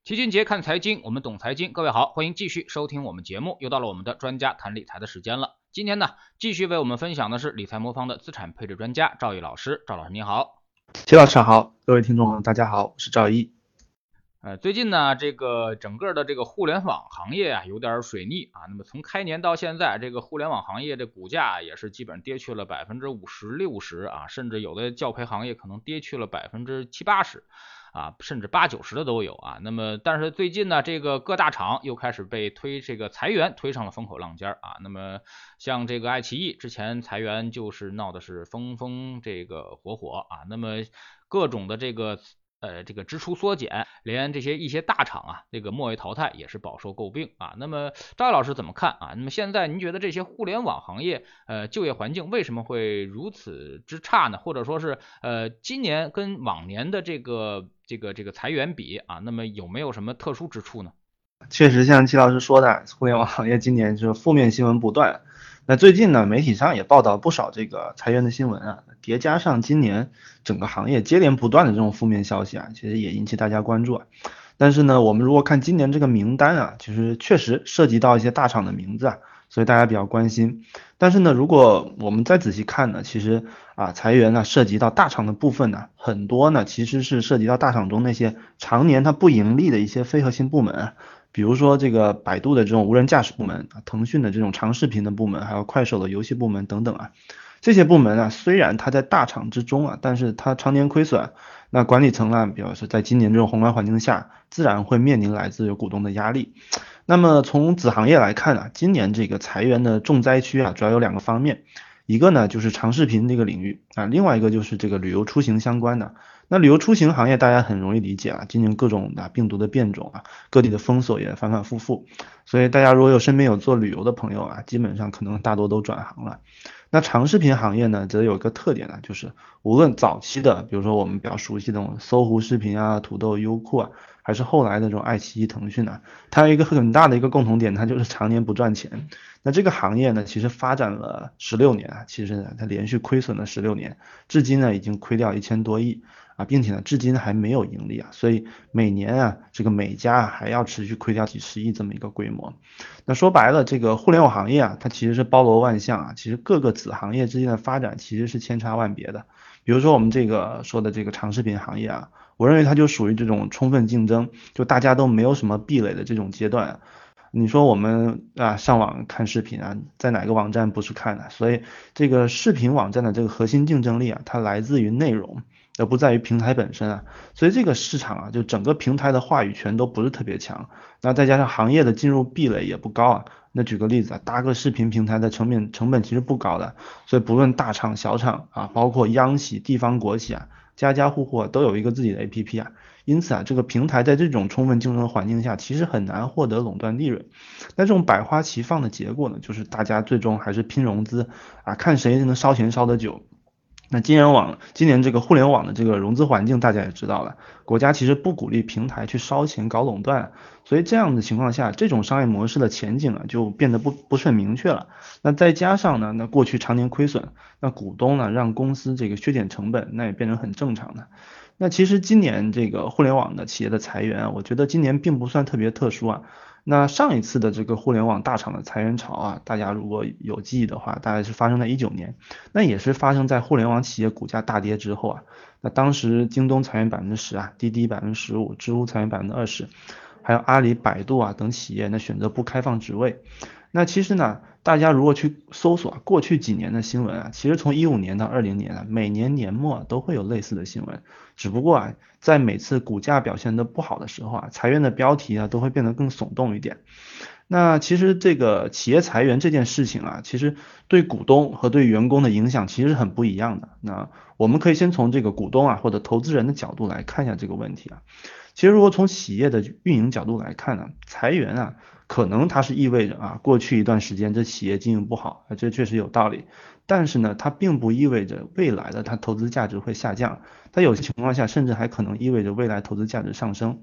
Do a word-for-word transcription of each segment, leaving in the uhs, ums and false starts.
齐俊杰看财经，我们懂财经。各位好，欢迎继续收听我们节目。又到了我们的专家谈理财的时间了。今天呢，继续为我们分享的是理财魔方的资产配置专家赵毅老师。赵老师你好。 齐老师好，各位听众大家好，我是赵毅。 呃，最近呢，这个整个的这个互联网行业啊，有点水逆啊。那么从开年到现在，这个互联网行业的股价也是基本跌去了百分之五十六十啊，甚至有的教培行业可能跌去了百分之七八十。啊，甚至八九十的都有啊。那么，但是最近呢，这个各大厂又开始被推这个裁员，推上了风口浪尖啊。那么，像这个爱奇艺之前裁员就是闹的是风风这个火火啊。那么各种的这个呃这个支出缩减，连这些一些大厂啊，这个末位淘汰也是饱受诟病啊。那么赵老师怎么看啊？那么现在您觉得这些互联网行业呃就业环境为什么会如此之差呢？或者说是呃今年跟往年的这个这个这个裁员比啊，那么有没有什么特殊之处呢？ 确实像齐老师说的，互联网行业今年就是负面新闻不断。那最近呢，媒体上也报道不少这个裁员的新闻啊，叠加上今年整个行业接连不断的这种负面消息啊，其实也引起大家关注啊。但是呢，我们如果看今年这个名单啊，其实确实涉及到一些大厂的名字啊，所以大家比较关心。但是呢，如果我们再仔细看呢，其实啊，裁员呢涉及到大厂的部分呢，很多呢其实是涉及到大厂中那些常年它不盈利的一些非核心部门啊，比如说这个百度的这种无人驾驶部门啊，腾讯的这种长视频的部门，还有快手的游戏部门等等啊。这些部门啊，虽然它在大厂之中啊，但是它常年亏损，那管理层啊，表示在今年这种宏观环境下，自然会面临来自于股东的压力。那么从子行业来看啊，今年这个裁员的重灾区啊，主要有两个方面，一个呢就是长视频这个领域啊，另外一个就是这个旅游出行相关的。那旅游出行行业大家很容易理解啊，今年各种的病毒的变种啊，各地的封锁也反反复复，所以大家如果有身边有做旅游的朋友啊，基本上可能大多都转行了。那长视频行业呢，则有一个特点呢，就是无论早期的，比如说我们比较熟悉的这种搜狐视频啊、土豆、优酷啊，还是后来的这种爱奇艺、腾讯啊，它有一个很大的一个共同点，它就是常年不赚钱。那这个行业呢，其实发展了十六年啊，其实呢，它连续亏损了十六年，至今呢已经亏掉一千多亿啊，并且呢，至今还没有盈利啊，所以每年啊，这个每家啊还要持续亏掉几十亿这么一个规模。那说白了，这个互联网行业啊，它其实是包罗万象啊，其实各个子行业之间的发展其实是千差万别的。比如说我们这个说的这个长视频行业啊，我认为它就属于这种充分竞争，就大家都没有什么壁垒的这种阶段啊。你说我们啊上网看视频啊，在哪个网站不是看的？所以这个视频网站的这个核心竞争力啊，它来自于内容，而不在于平台本身啊。所以这个市场啊，就整个平台的话语权都不是特别强。那再加上行业的进入壁垒也不高啊。那举个例子啊，搭个视频平台的成本成本其实不高的，所以不论大厂小厂啊，包括央企、地方国企啊，家家户户都有一个自己的 A P P 啊。因此啊，这个平台在这种充分竞争的环境下，其实很难获得垄断利润。那这种百花齐放的结果呢，就是大家最终还是拼融资啊，看谁能烧钱烧得久。那今年网今年这个互联网的这个融资环境，大家也知道了，国家其实不鼓励平台去烧钱搞垄断，所以这样的情况下，这种商业模式的前景啊就变得不不是很明确了。那再加上呢，那过去常年亏损，那股东呢让公司这个削减成本，那也变成很正常的。那其实今年这个互联网的企业的裁员啊，我觉得今年并不算特别特殊啊。那上一次的这个互联网大厂的裁员潮啊，大家如果有记忆的话，大概是发生在一九年，那也是发生在互联网企业股价大跌之后啊。那当时京东裁员百分之十啊，滴滴百分之十五，知乎裁员百分之二十，还有阿里、百度啊等企业呢选择不开放职位。那其实呢，大家如果去搜索过去几年的新闻啊，其实从一五年到二零年啊，每年年末都会有类似的新闻，只不过啊，在每次股价表现的不好的时候啊，裁员的标题啊都会变得更耸动一点。那其实这个企业裁员这件事情啊，其实对股东和对员工的影响其实是很不一样的。那我们可以先从这个股东啊或者投资人的角度来看一下这个问题啊。其实如果从企业的运营角度来看呢，裁员啊，可能它是意味着啊，过去一段时间这企业经营不好，这确实有道理。但是呢，它并不意味着未来的它投资价值会下降，它有些情况下甚至还可能意味着未来投资价值上升。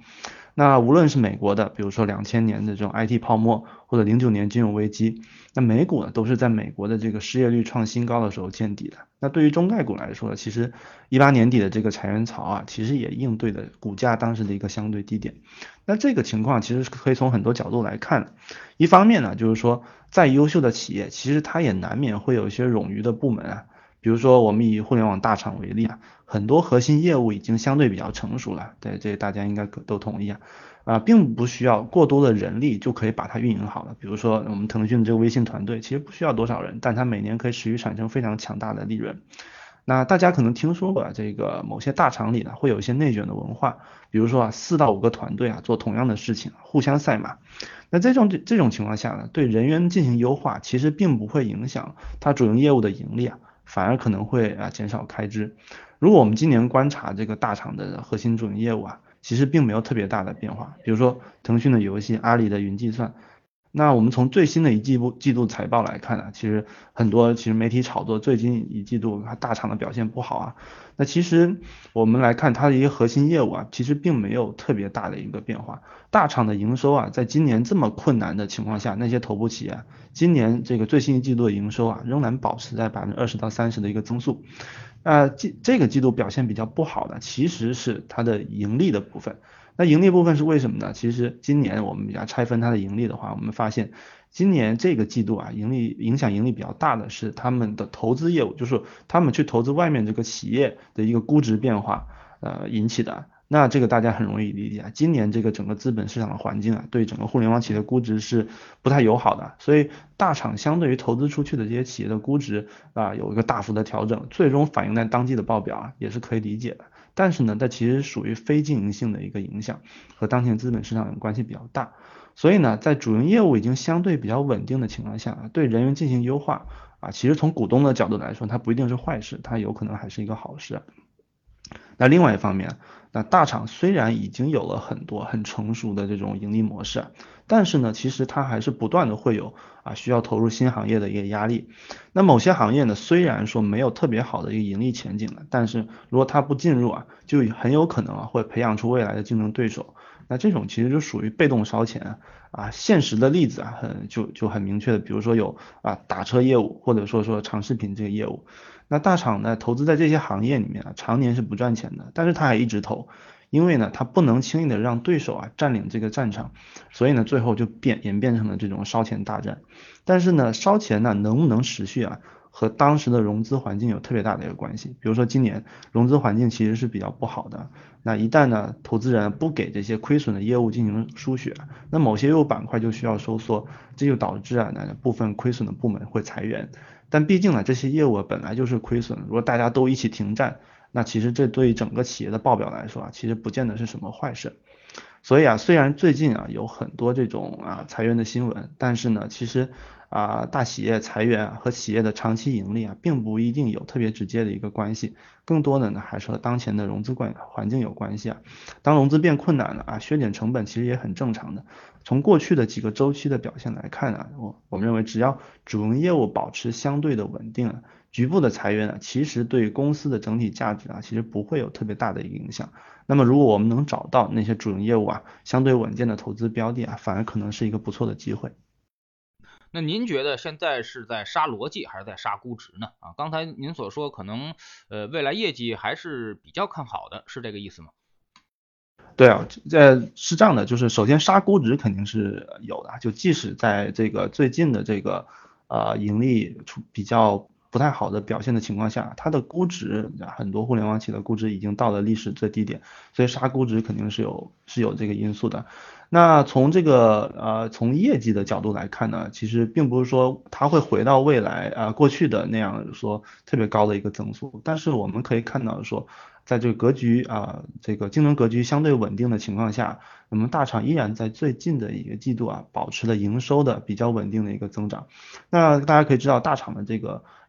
那无论是美国的，比如说两千年的这种 I T 泡沫，或者零九年金融危机，那美股呢都是在美国的这个失业率创新高的时候见底的。那对于中概股来说，其实一八年底的这个裁员潮啊，其实也应对的股价当时的一个相对低点。那这个情况其实是可以从很多角度来看的。一方面呢，就是说再优秀的企业，其实它也难免会有一些冗余的部门啊。比如说我们以互联网大厂为例啊，很多核心业务已经相对比较成熟了，对，这大家应该都同意啊。啊，并不需要过多的人力就可以把它运营好了。比如说我们腾讯这个微信团队，其实不需要多少人，但它每年可以持续产生非常强大的利润。那大家可能听说过啊，这个某些大厂里呢会有一些内卷的文化，比如说啊四到五个团队啊做同样的事情，互相赛马。那这种这种情况下呢，对人员进行优化，其实并不会影响它主营业务的盈利啊，反而可能会啊减少开支。如果我们今年观察这个大厂的核心主营业务啊，其实并没有特别大的变化。比如说腾讯的游戏，阿里的云计算。那我们从最新的一季度季度财报来看啊，其实很多其实媒体炒作最近一季度它大厂的表现不好啊。那其实我们来看它的一个核心业务啊，其实并没有特别大的一个变化。大厂的营收啊，在今年这么困难的情况下，那些头部企业今年这个最新一季度的营收啊，仍然保持在百分之二十到三十的一个增速。呃，这这个季度表现比较不好的其实是它的盈利的部分。那盈利部分是为什么呢？其实今年我们比较拆分它的盈利的话，我们发现今年这个季度啊，盈利影响盈利比较大的是他们的投资业务，就是他们去投资外面这个企业的一个估值变化，呃引起的。那这个大家很容易理解啊，今年这个整个资本市场的环境啊，对整个互联网企业的估值是不太友好的，所以大厂相对于投资出去的这些企业的估值啊，有一个大幅的调整，最终反映在当季的报表啊，也是可以理解的。但是呢，它其实属于非经营性的一个影响，和当前资本市场关系比较大。所以呢，在主营业务已经相对比较稳定的情况下，对人员进行优化啊，其实从股东的角度来说，它不一定是坏事，它有可能还是一个好事。那另外一方面，那大厂虽然已经有了很多很成熟的这种盈利模式，但是呢，其实它还是不断的会有啊需要投入新行业的一个压力。那某些行业呢，虽然说没有特别好的一个盈利前景了，但是如果它不进入啊，就很有可能啊会培养出未来的竞争对手。那这种其实就属于被动烧钱啊。现实的例子啊，很就就很明确的，比如说有啊打车业务，或者说说长视频这个业务。那大厂呢，投资在这些行业里面啊，常年是不赚钱的，但是他还一直投，因为呢，他不能轻易的让对手啊占领这个战场，所以呢，最后就变演变成了这种烧钱大战。但是呢，烧钱呢能不能持续啊，和当时的融资环境有特别大的一个关系。比如说今年融资环境其实是比较不好的，那一旦呢，投资人不给这些亏损的业务进行输血，那某些业务板块就需要收缩，这就导致啊，那部分亏损的部门会裁员。但毕竟呢，这些业务本来就是亏损，如果大家都一起停战，那其实这对于整个企业的报表来说啊，其实不见得是什么坏事。所以啊，虽然最近啊有很多这种啊裁员的新闻，但是呢，其实啊大企业裁员啊和企业的长期盈利啊，并不一定有特别直接的一个关系，更多的呢还是和当前的融资关环境有关系啊。当融资变困难了啊，削减成本其实也很正常的。从过去的几个周期的表现来看啊，我我们认为只要主营业务保持相对的稳定啊，局部的裁员啊，其实对公司的整体价值啊，其实不会有特别大的一个影响。那么如果我们能找到那些主营业务啊相对稳健的投资标的啊，反而可能是一个不错的机会。 那您觉得现在是在杀逻辑还是在杀估值呢？啊，刚才您所说可能呃未来业绩还是比较看好的，是这个意思吗？ 对啊，这是这样的，就是首先杀估值肯定是有的，就即使在这个最近的这个呃盈利出比较不太好的表现的情况下，它的估值很多互联网企业的估值已经到了历史最低点，所以杀估值肯定是有是有这个因素的。那从这个呃从业绩的角度来看呢，其实并不是说它会回到未来啊、呃、过去的那样说特别高的一个增速，但是我们可以看到说，在这个格局啊、呃、这个竞争格局相对稳定的情况下，那么大厂依然在最近的一个季度啊保持了营收的比较稳定的一个增长。那大家可以知道，大厂的这个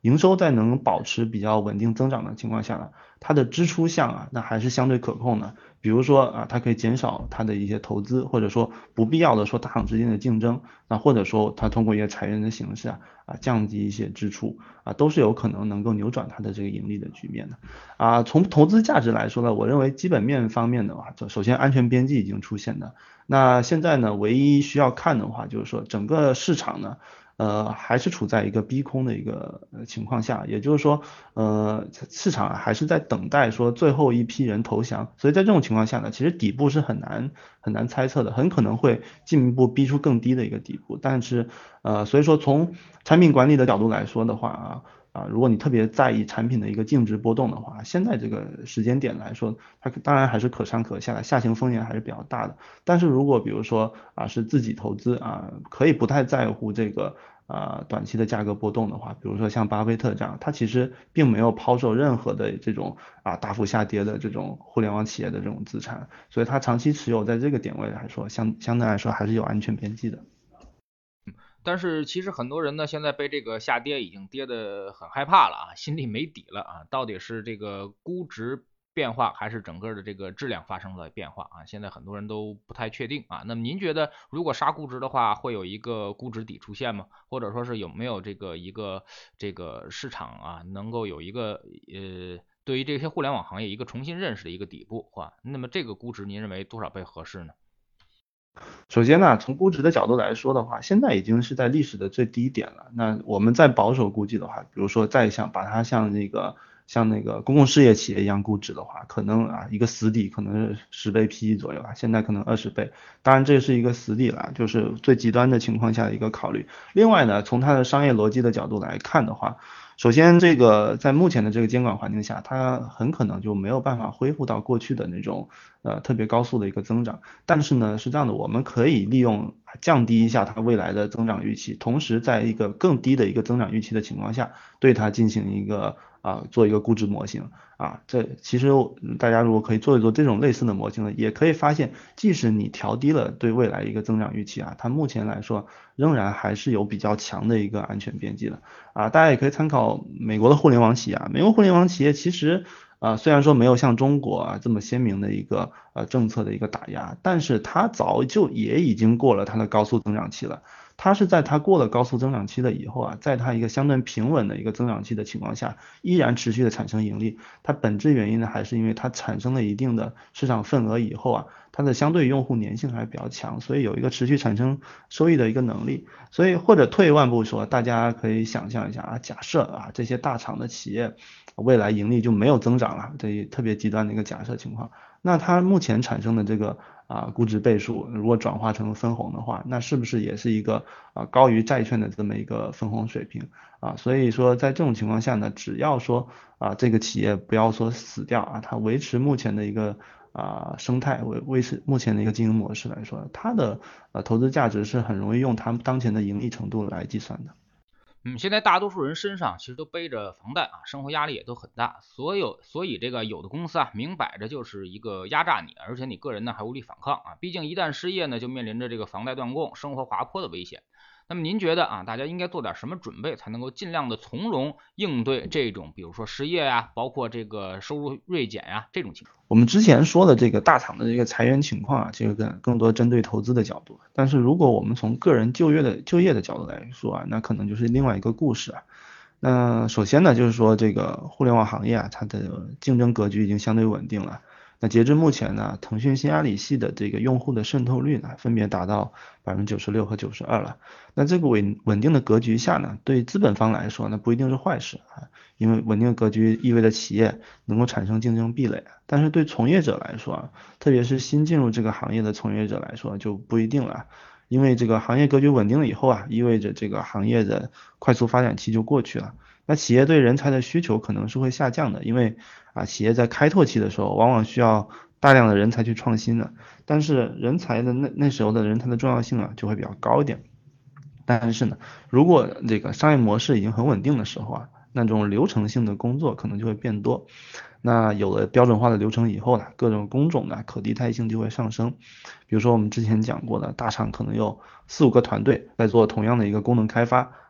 营收在能保持比较稳定增长的情况下呢，它的支出项啊，那还是相对可控的。比如说啊，它可以减少它的一些投资，或者说不必要的说大厂之间的竞争，那或者说它通过一些裁员的形式啊啊降低一些支出啊，都是有可能能够扭转它的这个盈利的局面的。啊，从投资价值来说呢，我认为基本面方面的话，就首先安全边际已经出现的。那现在呢，唯一需要看的话，就是说整个市场呢。呃，还是处在一个逼空的一个情况下，也就是说，呃，市场还是在等待说最后一批人投降，所以在这种情况下呢，其实底部是很难很难猜测的，很可能会进一步逼出更低的一个底部。但是，呃，所以说从产品管理的角度来说的话啊。啊，如果你特别在意产品的一个净值波动的话，现在这个时间点来说，它当然还是可上可下的，下行风险还是比较大的。但是如果比如说啊是自己投资啊，可以不太在乎这个啊短期的价格波动的话，比如说像巴菲特这样，他其实并没有抛售任何的这种啊大幅下跌的这种互联网企业的这种资产，所以他长期持有在这个点位来说，相相对来说还是有安全边际的。 但是其实很多人呢，现在被这个下跌已经跌得很害怕了啊，心里没底了啊，到底是这个估值变化还是整个的这个质量发生了变化啊？现在很多人都不太确定啊。那么您觉得，如果杀估值的话，会有一个估值底出现吗？或者说是有没有这个一个这个市场啊，能够有一个呃，对于这些互联网行业一个重新认识的一个底部啊？那么这个估值您认为多少倍合适呢？ 首先呢，从估值的角度来说的话，现在已经是在历史的最低点了。那我们再保守估计的话，比如说再像把它像那个像那个公共事业企业一样估值的话，可能啊一个死底可能是十倍 P E 左右啊，现在可能二十倍。当然这是一个死底了，就是最极端的情况下的一个考虑。另外呢，从它的商业逻辑的角度来看的话，首先，这个在目前的这个监管环境下，它很可能就没有办法恢复到过去的那种呃特别高速的一个增长。但是呢，是这样的，我们可以利用降低一下它未来的增长预期，同时在一个更低的一个增长预期的情况下，对它进行一个啊做一个估值模型啊。这其实大家如果可以做一做这种类似的模型呢，也可以发现，即使你调低了对未来一个增长预期啊，它目前来说仍然还是有比较强的一个安全边际的。啊，大家也可以参考美国的互联网企业啊，美国互联网企业其实啊，虽然说没有像中国啊这么鲜明的一个呃政策的一个打压，但是它早就也已经过了它的高速增长期了。它是在它过了高速增长期了以后啊，在它一个相对平稳的一个增长期的情况下，依然持续的产生盈利。它本质原因呢，还是因为它产生了一定的市场份额以后啊，它的相对用户粘性还是比较强，所以有一个持续产生收益的一个能力。所以或者退一万步说，大家可以想象一下啊，假设啊这些大厂的企业未来盈利就没有增长了，这特别极端的一个假设情况，那它目前产生的这个啊估值倍数，如果转化成分红的话，那是不是也是一个啊高于债券的这么一个分红水平啊？所以说在这种情况下呢，只要说啊这个企业不要说死掉啊，它维持目前的一个啊生态维维持目前的一个经营模式来说，它的呃投资价值是很容易用他们当前的盈利程度来计算的。 嗯，现在大多数人身上其实都背着房贷啊，生活压力也都很大，所有所以这个有的公司啊，明摆着就是一个压榨你，而且你个人呢还无力反抗啊，毕竟一旦失业呢，就面临着这个房贷断供、生活滑坡的危险。那么您觉得啊，大家应该做点什么准备，才能够尽量的从容应对这种，比如说失业呀，包括这个收入锐减呀这种情况？ 我们之前说的这个大厂的这个裁员情况啊，这个更更多针对投资的角度。但是如果我们从个人就业的就业的角度来说啊，那可能就是另外一个故事啊。那首先呢，就是说这个互联网行业啊，它的竞争格局已经相对稳定了。那截至目前呢，腾讯新阿里系的这个用户的渗透率呢，分别达到百分之九十六和九十二了。那这个稳稳定的格局下呢，对资本方来说呢，不一定是坏事啊，因为稳定的格局意味着企业能够产生竞争壁垒。但是对从业者来说啊，特别是新进入这个行业的从业者来说就不一定了。因为这个行业格局稳定了以后啊，意味着这个行业的快速发展期就过去了。那企业对人才的需求可能是会下降的，因为啊，企业在开拓期的时候，往往需要大量的人才去创新的，但是人才的那那时候的人才的重要性啊，就会比较高一点。但是呢，如果这个商业模式已经很稳定的时候啊，那种流程性的工作可能就会变多。那有了标准化的流程以后呢，各种工种的可替代性就会上升。比如说我们之前讲过的，大厂可能有四五个团队在做同样的一个功能开发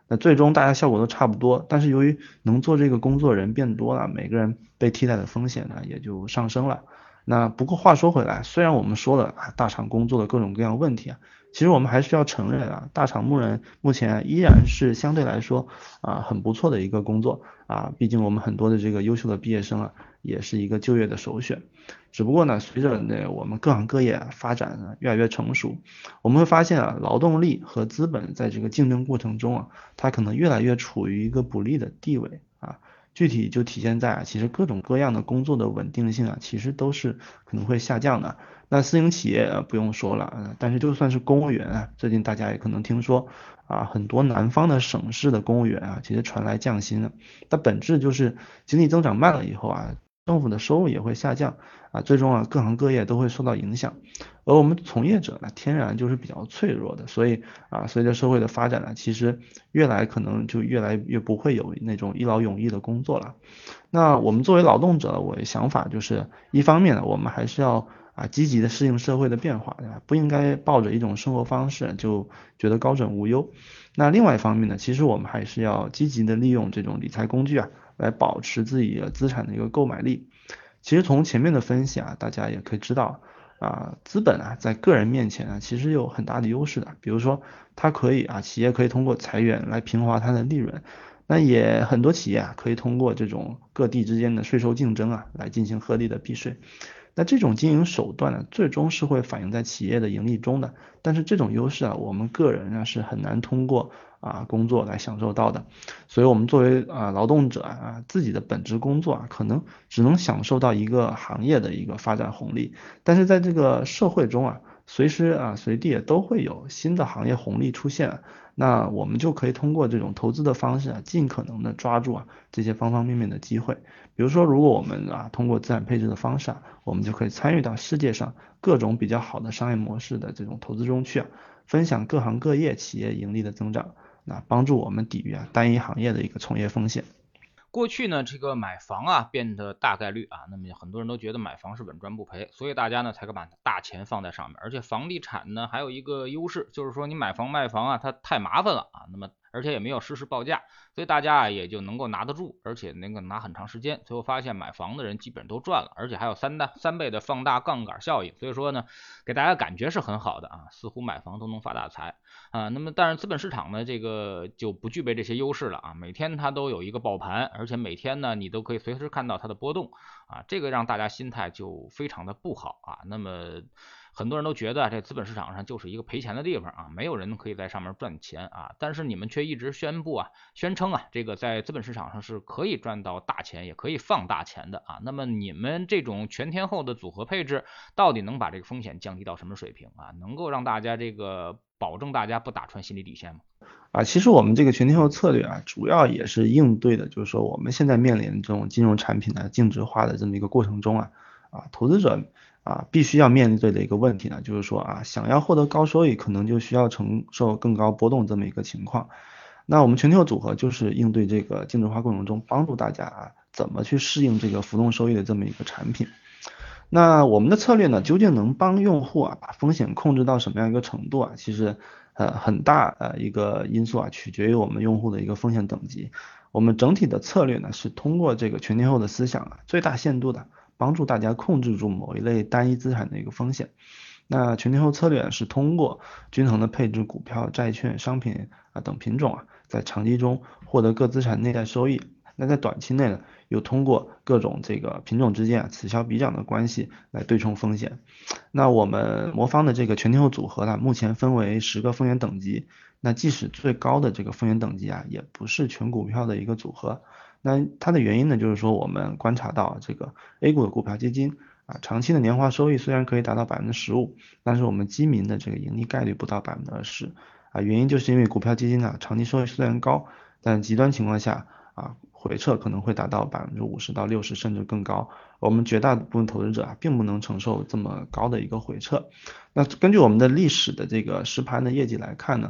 那最终大家效果都差不多，但是由于能做这个工作人变多了，每个人被替代的风险呢也就上升了。那不过话说回来，虽然我们说了啊大厂工作的各种各样问题啊，其实我们还是要承认啊，大厂牧人目前依然是相对来说啊很不错的一个工作啊，毕竟我们很多的这个优秀的毕业生啊，也是一个就业的首选。只不过呢，随着呢我们各行各业啊发展呢越来越成熟，我们会发现啊，劳动力和资本在这个竞争过程中啊，它可能越来越处于一个不利的地位啊。具体就体现在啊，其实各种各样的工作的稳定性啊，其实都是可能会下降的。那私营企业呃不用说了，呃但是就算是公务员啊，最近大家也可能听说啊，很多南方的省市的公务员啊，其实传来降薪了。它本质就是经济增长慢了以后啊，政府的收入也会下降啊，最终啊各行各业都会受到影响。而我们从业者呢，天然就是比较脆弱的，所以啊，随着社会的发展呢，其实越来可能就越来越不会有那种一劳永逸的工作了。那我们作为劳动者，我的想法就是，一方面呢，我们还是要啊积极的适应社会的变化，对吧？不应该抱着一种生活方式就觉得高枕无忧。那另外一方面呢，其实我们还是要积极的利用这种理财工具啊，来保持自己的资产的一个购买力。其实从前面的分析啊，大家也可以知道啊，资本啊在个人面前啊，其实有很大的优势的。比如说，它可以啊，企业可以通过裁员来平滑它的利润，那也很多企业啊可以通过这种各地之间的税收竞争啊，来进行合理的避税。那这种经营手段呢，最终是会反映在企业的盈利中的。但是这种优势啊，我们个人呢是很难通过啊工作来享受到的。所以，我们作为啊劳动者啊，自己的本职工作啊，可能只能享受到一个行业的一个发展红利。但是在这个社会中啊，随时啊随地都会有新的行业红利出现。那我们就可以通过这种投资的方式啊，尽可能的抓住啊这些方方面面的机会。比如说，如果我们啊通过资产配置的方式啊，我们就可以参与到世界上各种比较好的商业模式的这种投资中去啊，分享各行各业企业盈利的增长，那帮助我们抵御啊单一行业的一个从业风险。 过去呢，这个买房啊变得大概率啊，那么很多人都觉得买房是稳赚不赔，所以大家呢才敢把大钱放在上面。而且房地产呢还有一个优势，就是说你买房卖房啊，它太麻烦了啊，那么而且也没有实时报价，所以大家啊也就能够拿得住，而且能够拿很长时间。最后发现买房的人基本都赚了，而且还有三大三倍的放大杠杆效应，所以说呢，给大家感觉是很好的啊，似乎买房都能发大财。啊，那么但是资本市场呢，这个就不具备这些优势了啊，每天它都有一个爆盘，而且每天呢你都可以随时看到它的波动啊，这个让大家心态就非常的不好啊。那么很多人都觉得这资本市场上就是一个赔钱的地方啊，没有人可以在上面赚钱啊，但是你们却一直宣布啊，宣称啊，这个在资本市场上是可以赚到大钱，也可以放大钱的啊。那么你们这种全天候的组合配置，到底能把这个风险降低到什么水平啊？能够让大家这个保证大家不打穿心理底线吗？ 啊，其实我们这个全天候策略啊，主要也是应对的，就是说我们现在面临这种金融产品的净值化的这么一个过程中啊，啊，投资者啊必须要面对的一个问题呢，就是说啊，想要获得高收益，可能就需要承受更高波动这么一个情况。那我们全天候组合就是应对这个净值化过程中，帮助大家啊怎么去适应这个浮动收益的这么一个产品。那我们的策略呢，究竟能帮用户啊把风险控制到什么样一个程度啊？其实呃很大呃一个因素啊，取决于我们用户的一个风险等级。我们整体的策略呢，是通过这个全天候的思想啊，最大限度的帮助大家控制住某一类单一资产的一个风险。那全天候策略是通过均衡的配置股票、债券、商品啊等品种啊，在长期中获得各资产内在收益。那在短期内呢，又通过各种这个品种之间啊此消彼长的关系来对冲风险。那我们魔方的这个全天候组合呢，目前分为十个风险等级。那即使最高的这个风险等级啊，也不是全股票的一个组合。那它的原因呢，就是说我们观察到这个 A 股的股票基金啊，长期的年化收益虽然可以达到百分之十五，但是我们基民的这个盈利概率不到百分之二十啊，原因就是因为股票基金呢长期收益虽然高，但极端情况下啊，回撤可能会达到百分之五十到六十甚至更高。我们绝大部分投资者啊，并不能承受这么高的一个回撤。那根据我们的历史的这个实盘的业绩来看呢，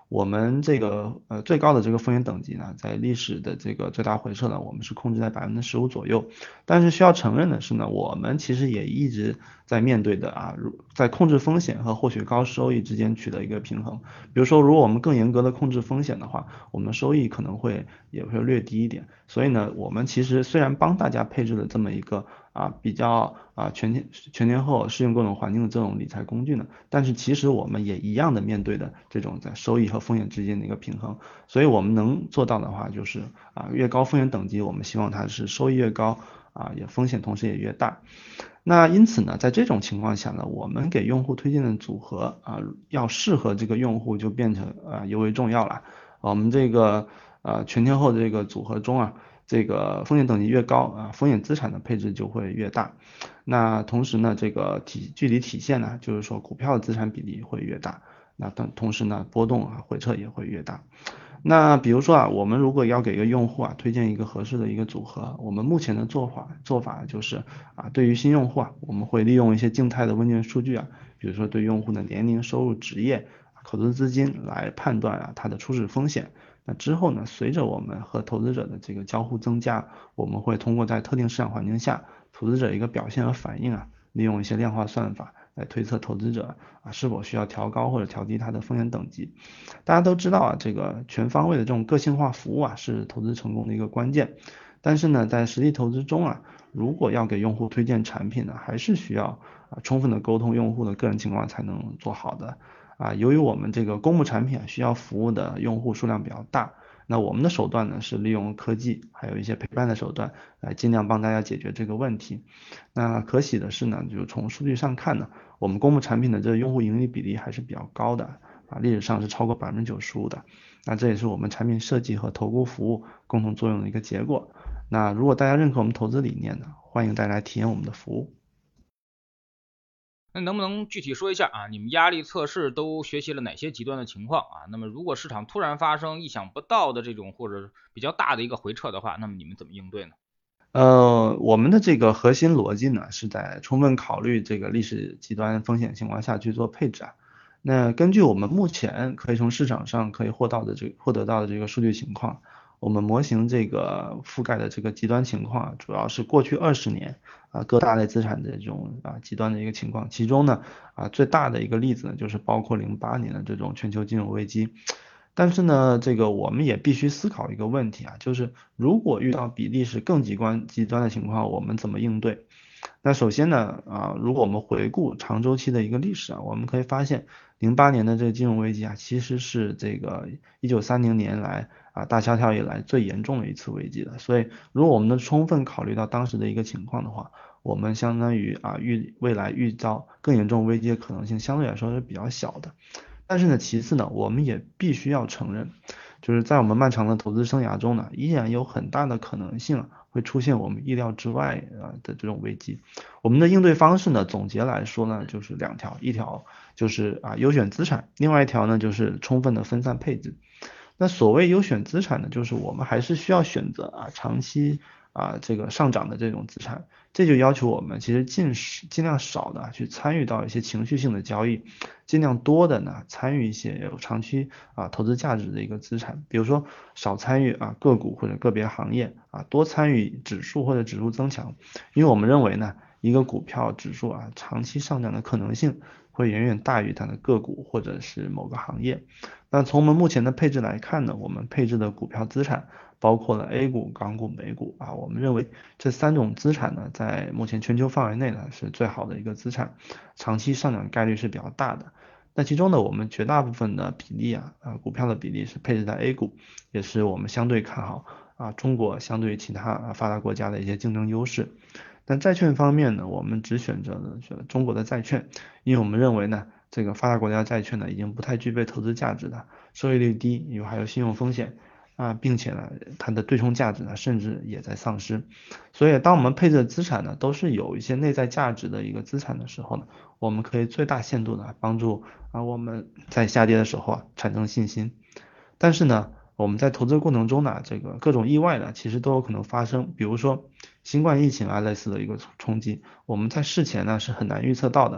我们这个呃最高的这个风险等级呢，在历史的这个最大回撤呢，我们是控制在百分之十五左右。但是需要承认的是呢，我们其实也一直在面对的啊，如在控制风险和获取高收益之间取得一个平衡。比如说，如果我们更严格的控制风险的话，我们收益可能会也会略低一点。所以呢，我们其实虽然帮大家配置了这么一个啊比较啊全天全天候适应各种环境的这种理财工具呢，但是其实我们也一样的面对的这种在收益和风险之间的一个平衡。所以我们能做到的话，就是啊越高风险等级，我们希望它是收益越高啊，也风险同时也越大。那因此呢，在这种情况下呢，我们给用户推荐的组合啊，要适合这个用户就变成啊尤为重要了。我们这个呃全天候的这个组合中啊，这个风险等级越高啊，风险资产的配置就会越大。那同时呢，这个体具体体现呢，就是说股票的资产比例会越大。那等同时呢，波动啊回撤也会越大。那比如说啊，我们如果要给一个用户啊推荐一个合适的一个组合，我们目前的做法做法就是啊，对于新用户啊，我们会利用一些静态的问卷数据啊，比如说对用户的年龄、收入、职业、口资资金来判断啊他的初始风险。那之后呢，随着我们和投资者的这个交互增加，我们会通过在特定市场环境下投资者一个表现和反应啊，利用一些量化算法来推测投资者啊是否需要调高或者调低他的风险等级。大家都知道啊，这个全方位的这种个性化服务啊是投资成功的一个关键。但是呢，在实际投资中啊，如果要给用户推荐产品呢，还是需要啊充分的沟通用户的个人情况才能做好的。啊，由于我们这个公募产品啊需要服务的用户数量比较大，那我们的手段呢是利用科技还有一些陪伴的手段来尽量帮大家解决这个问题。那可喜的是呢，就从数据上看呢，我们公募产品的这个用户盈利比例还是比较高的啊，历史上是超过百分之九十五的。那这也是我们产品设计和投顾服务共同作用的一个结果。那如果大家认可我们投资理念呢，欢迎大家来体验我们的服务。 那能不能具体说一下啊？你们压力测试都学习了哪些极端的情况啊？那么如果市场突然发生意想不到的这种或者比较大的一个回撤的话，那么你们怎么应对呢？ 呃，我们的这个核心逻辑呢，是在充分考虑这个历史极端风险情况下去做配置啊。那根据我们目前可以从市场上可以获到的这获得到的这个数据情况，我们模型这个覆盖的这个极端情况啊，主要是过去二十年啊各大类资产的这种啊极端的一个情况。其中呢啊最大的一个例子呢，就是包括零八年的这种全球金融危机。但是呢，这个我们也必须思考一个问题啊，就是如果遇到比历史更极端极端的情况，我们怎么应对？那首先呢，啊，如果我们回顾长周期的一个历史啊，我们可以发现，零八年的这个金融危机啊，其实是这个一九三零年来啊大萧条以来最严重的一次危机了。所以，如果我们能充分考虑到当时的一个情况的话，我们相当于啊遇未来遇到更严重危机的可能性相对来说是比较小的。但是呢，其次呢，我们也必须要承认，就是在我们漫长的投资生涯中呢，依然有很大的可能性会出现我们意料之外啊的这种危机。我们的应对方式呢，总结来说呢，就是两条，一条就是啊优选资产，另外一条呢就是充分的分散配置。那所谓优选资产呢，就是我们还是需要选择啊长期啊这个上涨的这种资产，这就要求我们其实尽尽量少的去参与到一些情绪性的交易，尽量多的呢参与一些有长期啊投资价值的一个资产，比如说少参与啊个股或者个别行业啊，多参与指数或者指数增强，因为我们认为呢一个股票指数啊长期上涨的可能性会远远大于它的个股或者是某个行业。那从我们目前的配置来看呢，我们配置的股票资产包括了 A 股、港股、美股啊，我们认为这三种资产呢，在目前全球范围内呢是最好的一个资产，长期上涨概率是比较大的。那其中呢，我们绝大部分的比例啊，啊股票的比例是配置在 A 股，也是我们相对看好啊中国相对于其他啊发达国家的一些竞争优势。但债券方面呢，我们只选择了选中国的债券，因为我们认为呢，这个发达国家债券呢已经不太具备投资价值了，收益率低，有还有信用风险啊，并且呢，它的对冲价值呢甚至也在丧失。所以，当我们配置的资产呢都是有一些内在价值的一个资产的时候呢，我们可以最大限度的帮助啊我们在下跌的时候啊产生信心。但是呢，我们在投资过程中呢，这个各种意外呢，其实都有可能发生。比如说新冠疫情啊类似的一个冲击，我们在事前呢是很难预测到的。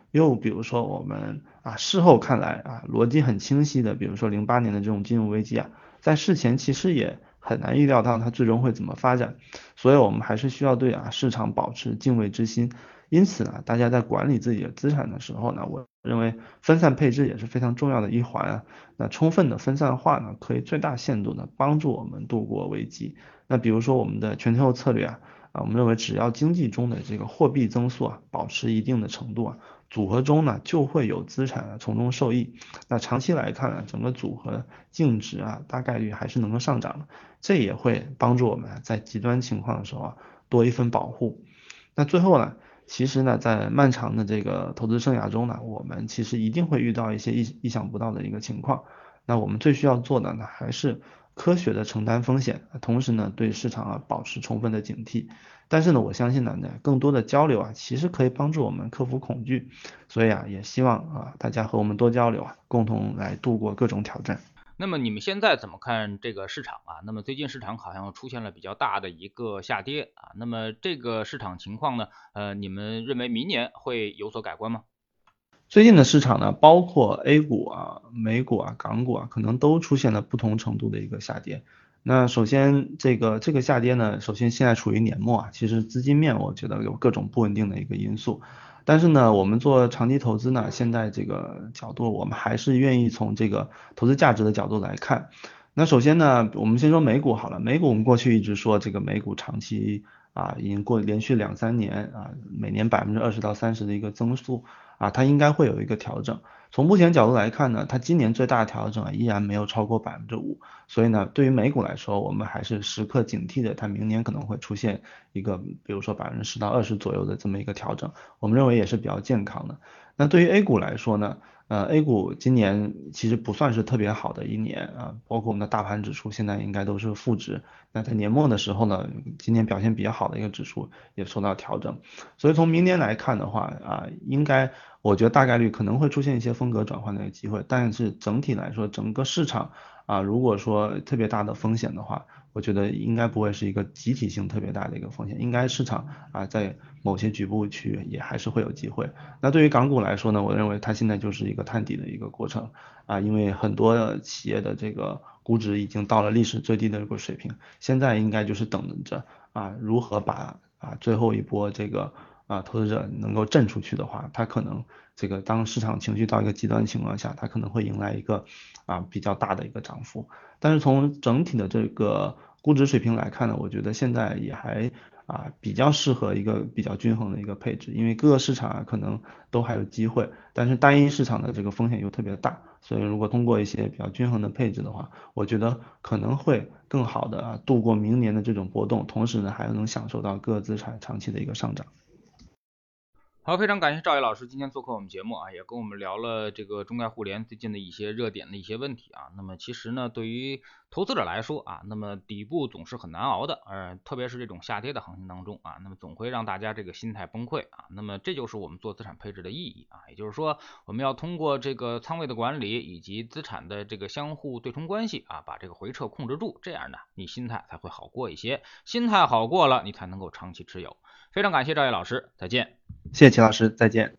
又比如说我们啊事后看来啊逻辑很清晰的，比如说零八年的这种金融危机啊，在事前其实也很难预料到它最终会怎么发展，所以我们还是需要对啊市场保持敬畏之心。因此呢，大家在管理自己的资产的时候呢，我认为分散配置也是非常重要的一环啊。那充分的分散化呢，可以最大限度的帮助我们度过危机。那比如说我们的全天候策略啊，啊，我们认为只要经济中的这个货币增速啊保持一定的程度啊，组合中呢就会有资产啊从中受益。那长期来看啊，整个组合净值啊大概率还是能够上涨的，这也会帮助我们在极端情况的时候啊多一份保护。那最后呢，其实呢，在漫长的这个投资生涯中呢，我们其实一定会遇到一些意意想不到的一个情况。那我们最需要做的呢，还是科学的承担风险，同时呢，对市场啊保持充分的警惕。但是呢，我相信呢，更多的交流啊，其实可以帮助我们克服恐惧。所以啊，也希望啊大家和我们多交流啊，共同来度过各种挑战。 那么你们现在怎么看这个市场啊？那么最近市场好像出现了比较大的一个下跌啊，那么这个市场情况呢，呃，你们认为明年会有所改观吗？ 最近的市场呢，包括 A 股啊、美股啊、港股啊，可能都出现了不同程度的一个下跌。那首先，这个这个下跌呢，首先现在处于年末啊，其实资金面我觉得有各种不稳定的一个因素。但是呢，我们做长期投资呢，现在这个角度，我们还是愿意从这个投资价值的角度来看。那首先呢，我们先说美股好了，美股我们过去一直说这个美股长期啊，已经过连续两三年啊，每年百分之二十到三十的一个增速。啊，它应该会有一个调整。从目前角度来看呢，它今年最大的调整啊，依然没有超过百分之五。所以呢，对于美股来说，我们还是时刻警惕着它明年可能会出现一个，比如说百分之十到二十左右的这么一个调整，我们认为也是比较健康的。那对于 A 股来说呢，呃，A 股今年其实不算是特别好的一年啊，包括我们的大盘指数现在应该都是负值。那在年末的时候呢，今年表现比较好的一个指数也受到调整。所以从明年来看的话啊，应该我觉得大概率可能会出现一些风格转换的一个机会，但是整体来说，整个市场啊，如果说特别大的风险的话，我觉得应该不会是一个集体性特别大的一个风险，应该市场啊在某些局部区域也还是会有机会。那对于港股来说呢，我认为它现在就是一个探底的一个过程啊，因为很多企业的这个估值已经到了历史最低的一个水平，现在应该就是等着啊如何把啊最后一波这个啊投资者能够震出去的话，它可能这个当市场情绪到一个极端的情况下，它可能会迎来一个啊比较大的一个涨幅。但是从整体的这个估值水平来看呢，我觉得现在也还啊比较适合一个比较均衡的一个配置，因为各个市场啊可能都还有机会，但是单一市场的这个风险又特别大，所以如果通过一些比较均衡的配置的话，我觉得可能会更好的啊度过明年的这种波动，同时呢还能享受到各资产长期的一个上涨。 好，非常感谢赵毅老师今天做客我们节目啊，也跟我们聊了这个中概互联最近的一些热点的一些问题啊。那么其实呢，对于投资者来说啊，那么底部总是很难熬的，呃，特别是这种下跌的行情当中啊，那么总会让大家这个心态崩溃啊。那么这就是我们做资产配置的意义啊，也就是说，我们要通过这个仓位的管理以及资产的这个相互对冲关系啊，把这个回撤控制住，这样呢，你心态才会好过一些，心态好过了，你才能够长期持有。非常感谢赵毅老师，再见。 谢谢齐老师，再见。